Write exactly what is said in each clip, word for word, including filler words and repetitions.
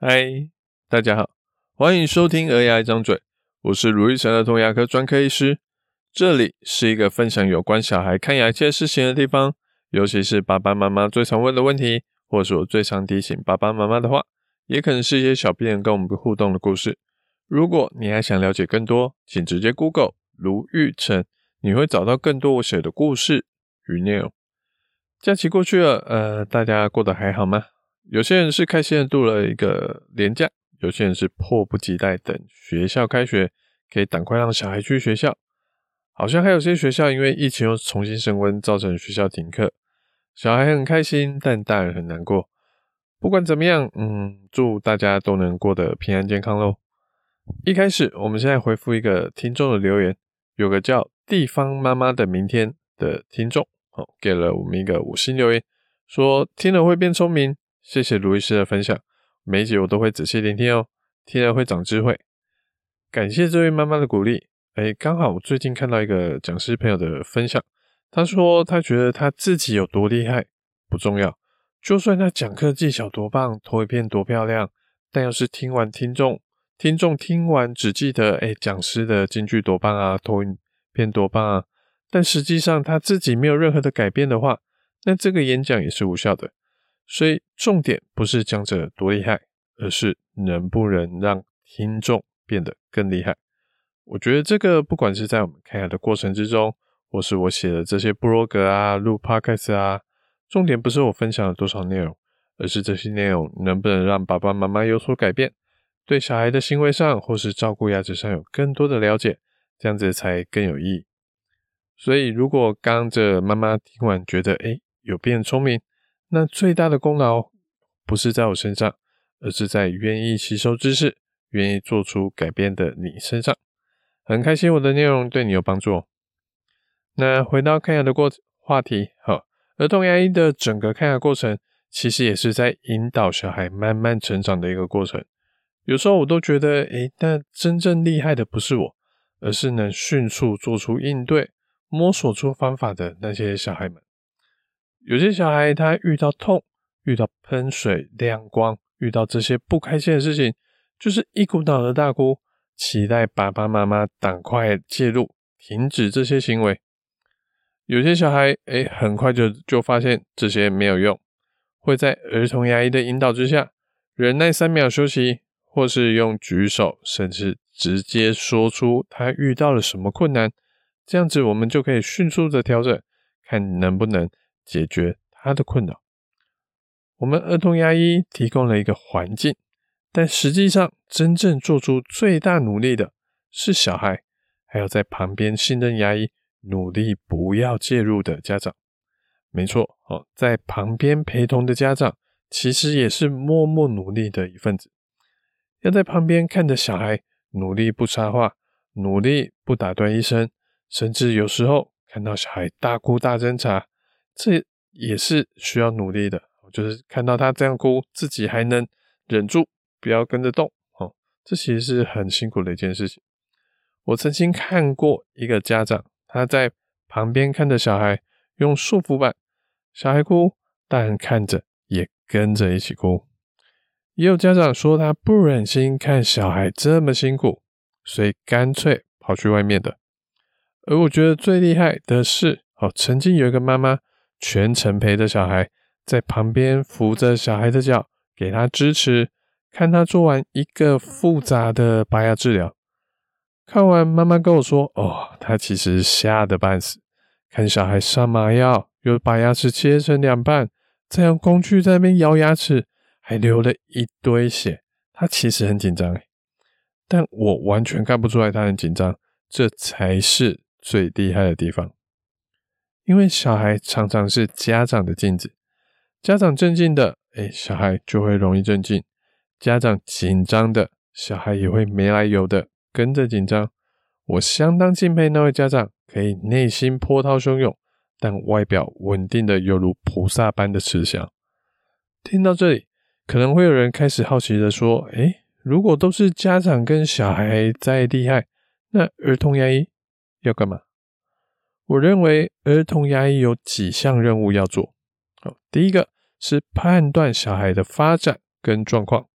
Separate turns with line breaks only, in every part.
嗨，大家好，欢迎收听儿牙一张嘴，我是卢玉成儿童牙科专科医师。这里是一个分享有关小孩看牙切事情的地方，尤其是爸爸妈妈最常问的问题，或是我最常提醒爸爸妈妈的话，也可能是一些小病人跟我们互动的故事。如果你还想了解更多，请直接 Google 卢玉成，你会找到更多我写的故事与内容。假期过去了，呃，大家过得还好吗？有些人是开心的度了一个连假，有些人是迫不及待等学校开学，可以赶快让小孩去学校。好像还有些学校因为疫情又重新升温，造成学校停课，小孩很开心，但大人很难过。不管怎么样，嗯，祝大家都能过得平安健康咯。一开始，我们现在回复一个听众的留言，有个叫地方妈妈的明天的听众，哦，给了我们一个五星留言，说听了会变聪明。谢谢卢医师的分享，每一集我都会仔细聆听哦，听了会长智慧。感谢这位妈妈的鼓励。诶，刚好我最近看到一个讲师朋友的分享，他说他觉得他自己有多厉害不重要，就算他讲课技巧多棒，投影片多漂亮，但要是听完听众听众听完只记得诶讲师的金句多棒啊，投影片多棒啊，但实际上他自己没有任何的改变的话，那这个演讲也是无效的。所以重点不是讲者多厉害，而是能不能让听众变得更厉害。我觉得这个不管是在我们看牙的过程之中，或是我写的这些部落格啊、录 podcast 啊，重点不是我分享了多少内容，而是这些内容能不能让爸爸妈妈有所改变，对小孩的行为上或是照顾牙齿上有更多的了解，这样子才更有意义。所以如果刚刚这妈妈听完觉得诶有变聪明，那最大的功劳不是在我身上，而是在愿意吸收知识、愿意做出改变的你身上。很开心我的内容对你有帮助哦。那回到看牙的过话题，好，儿童牙医的整个看牙过程，其实也是在引导小孩慢慢成长的一个过程。有时候我都觉得，诶，但真正厉害的不是我，而是能迅速做出应对、摸索出方法的那些小孩们。有些小孩他遇到痛、遇到喷水、亮光、遇到这些不开心的事情，就是一股脑的大哭，期待爸爸妈妈赶快介入，停止这些行为。有些小孩诶很快就就发现这些没有用，会在儿童牙医的引导之下，忍耐三秒休息，或是用举手，甚至直接说出他遇到了什么困难，这样子我们就可以迅速的调整，看能不能解决他的困扰。我们儿童牙医提供了一个环境，但实际上真正做出最大努力的是小孩，还有在旁边信任牙医，努力不要介入的家长。没错，哦，在旁边陪同的家长其实也是默默努力的一份子，要在旁边看着小孩努力不插话，努力不打断医生，甚至有时候看到小孩大哭大挣扎，这也是需要努力的，就是看到他这样哭，自己还能忍住不要跟着动，哦，这其实是很辛苦的一件事情。我曾经看过一个家长，他在旁边看着小孩用束缚板，小孩哭，大人看着也跟着一起哭。也有家长说他不忍心看小孩这么辛苦，所以干脆跑去外面的。而我觉得最厉害的是，哦，曾经有一个妈妈全程陪着小孩，在旁边扶着小孩的脚，给他支持，看他做完一个复杂的拔牙治疗。看完妈妈跟我说，哦，她其实吓得半死，看小孩上麻药，又把牙齿切成两半，再用工具在那边摇牙齿，还流了一堆血，她其实很紧张，但我完全看不出来她很紧张，这才是最厉害的地方。因为小孩常常是家长的镜子，家长镇静的，诶，小孩就会容易镇静；家长紧张的，小孩也会没来由的跟着紧张。我相当敬佩那位家长，可以内心波涛汹涌，但外表稳定的犹如菩萨般的慈祥。听到这里，可能会有人开始好奇的说，诶，如果都是家长跟小孩在厉害，那儿童牙医要干嘛？我认为儿童牙医有几项任务要做。第一个是判断小孩的发展跟状况，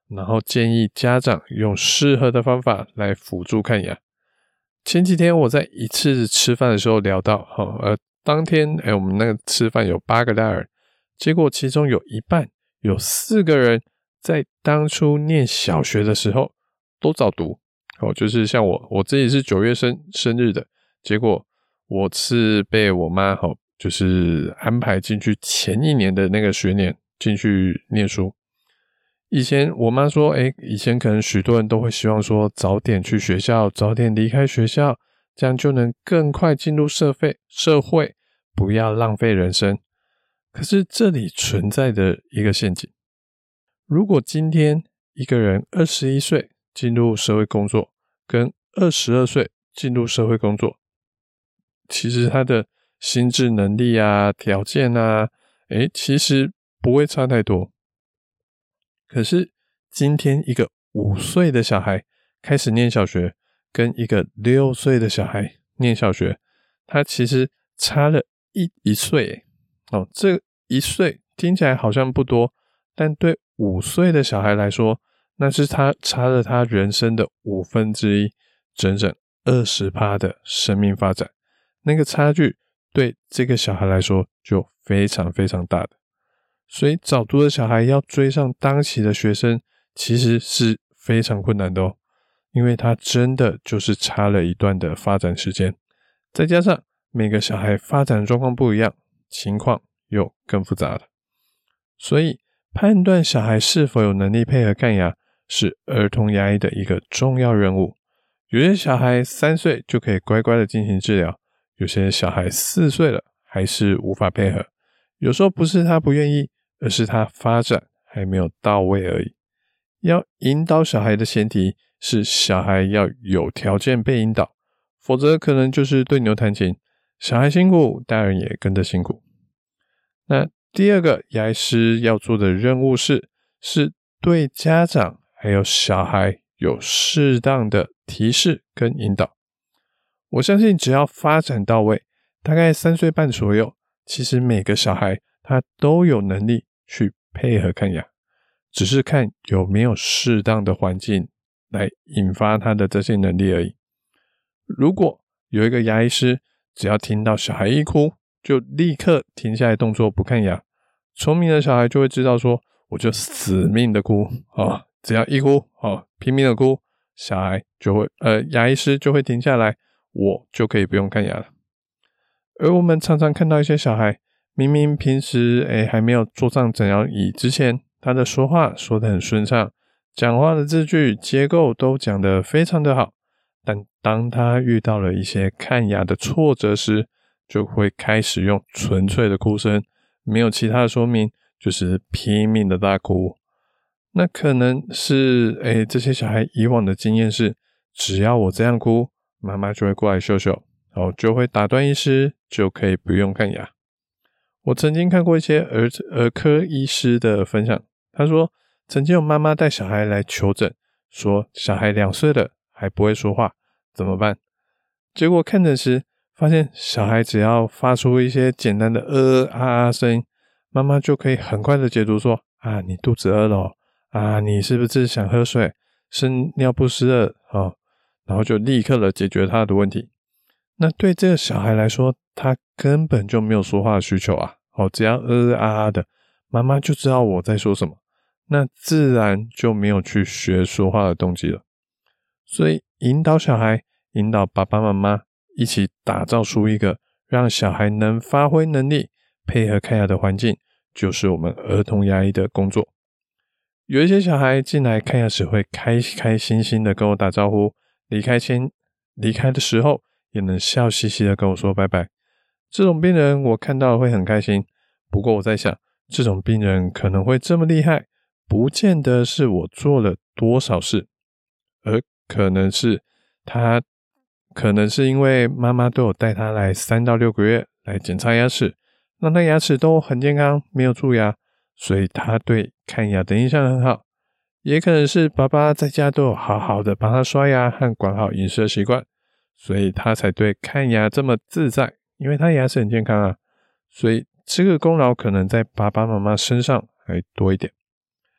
然后建议家长用适合的方法来辅助看牙。前几天我在一次吃饭的时候聊到，呃，当天诶我们那个吃饭有八个大人，结果其中有一半有四个人在当初念小学的时候都早读，哦，就是像我我自己是九月生生日的，结果我是被我妈哦就是安排进去前一年的那个学年进去念书。以前我妈说，诶，以前可能许多人都会希望说早点去学校，早点离开学校，这样就能更快进入社会，社会不要浪费人生。可是这里存在的一个陷阱，如果今天一个人二十一岁进入社会工作，跟二十二岁进入社会工作，其实他的心智能力啊、条件啊，诶，其实不会差太多。可是今天一个五岁的小孩开始念小学，跟一个六岁的小孩念小学，他其实差了一一岁。哦，这一岁听起来好像不多，但对五岁的小孩来说，那是他差了他人生的五分之一，整整 百分之二十 的生命发展。那个差距对这个小孩来说就非常非常大的。所以早读的小孩要追上当期的学生，其实是非常困难的哦，因为他真的就是差了一段的发展时间，再加上每个小孩发展状况不一样，情况又更复杂了。所以判断小孩是否有能力配合看牙，是儿童牙医的一个重要任务。有些小孩三岁就可以乖乖的进行治疗，有些小孩四岁了还是无法配合，有时候不是他不愿意，而是他发展还没有到位而已。要引导小孩的前提是小孩要有条件被引导，否则可能就是对牛弹琴，小孩辛苦，大人也跟着辛苦。那第二个牙医师要做的任务是，是对家长还有小孩有适当的提示跟引导。我相信只要发展到位，大概三岁半左右，其实每个小孩他都有能力去配合看牙，只是看有没有适当的环境来引发他的这些能力而已。如果有一个牙医师，只要听到小孩一哭，就立刻停下来动作不看牙，聪明的小孩就会知道说，我就死命的哭，哦，只要一哭，哦，拼命的哭，小孩就会，呃，牙医师就会停下来，我就可以不用看牙了。而我们常常看到一些小孩，明明平时诶还没有坐上诊疗椅之前，他的说话说得很顺畅，讲话的字句结构都讲得非常的好，但当他遇到了一些看牙的挫折时，就会开始用纯粹的哭声，没有其他的说明，就是拼命的大哭。那可能是诶这些小孩以往的经验是，只要我这样哭，妈妈就会过来秀秀，然后就会打断医师，就可以不用看牙。我曾经看过一些儿儿科医师的分享，他说曾经有妈妈带小孩来求诊，说小孩两岁了还不会说话，怎么办？结果看诊时发现小孩只要发出一些简单的呃呃啊啊声音，妈妈就可以很快的解读说，啊你肚子饿了哦，啊你是不是想喝水，是尿不湿了哦，然后就立刻的解决他的问题。那对这个小孩来说，他根本就没有说话的需求啊，哦，只要呃呃啊啊的，妈妈就知道我在说什么，那自然就没有去学说话的动机了。所以引导小孩，引导爸爸妈妈一起打造出一个让小孩能发挥能力配合看牙的环境，就是我们儿童牙医的工作。有一些小孩进来看牙时会开开心心的跟我打招呼，离开前离开的时候也能笑嘻嘻的跟我说拜拜，这种病人我看到会很开心。不过我在想，这种病人可能会这么厉害，不见得是我做了多少事，而可能是他可能是因为妈妈都有带他来三到六个月来检查牙齿，让他牙齿都很健康，没有蛀牙，所以他对看牙的印象很好。也可能是爸爸在家都有好好的帮他刷牙和管好饮食的习惯，所以他才对看牙这么自在，因为他牙齿很健康啊，所以这个功劳可能在爸爸妈妈身上还多一点。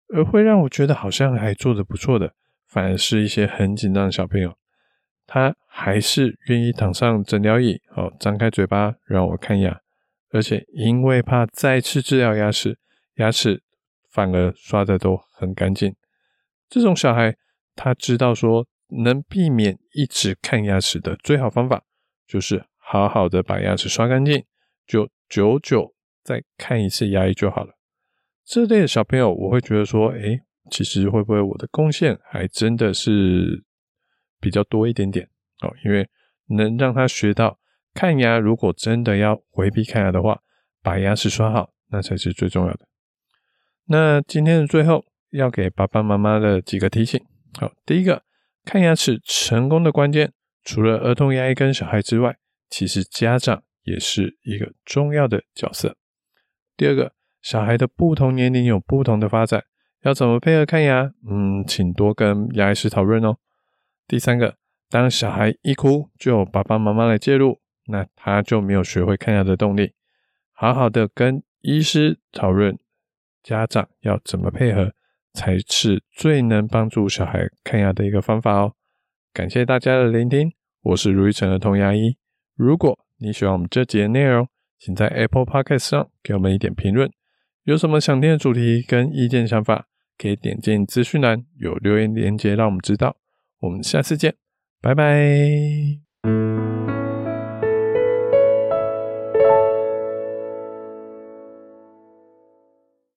而会让我觉得好像还做得不错的，反而是一些很紧张的小朋友，他还是愿意躺上诊疗椅，哦，张开嘴巴让我看牙，而且因为怕再次治疗牙齿，牙齿反而刷得都很干净。这种小孩他知道说能避免一直看牙齿的最好方法就是好好的把牙齿刷干净，就久久再看一次牙医就好了。这类的小朋友我会觉得说，诶，其实会不会我的贡献还真的是比较多一点点，哦，因为能让他学到看牙如果真的要回避看牙的话，把牙齿刷好那才是最重要的。那今天的最后要给爸爸妈妈的几个提醒。好，第一个，看牙齿成功的关键，除了儿童牙医跟小孩之外，其实家长也是一个重要的角色。第二个，小孩的不同年龄有不同的发展，要怎么配合看牙？嗯，请多跟牙医师讨论哦。第三个，当小孩一哭就有爸爸妈妈来介入，那他就没有学会看牙的动力。好好的跟医师讨论家长要怎么配合，才是最能帮助小孩看牙的一个方法哦。感谢大家的聆听，我是如意城儿童牙医。如果你喜欢我们这集的内容，请在 Apple Podcast 上给我们一点评论。有什么想听的主题跟意见想法，可以点进资讯栏有留言连结让我们知道。我们下次见，拜拜。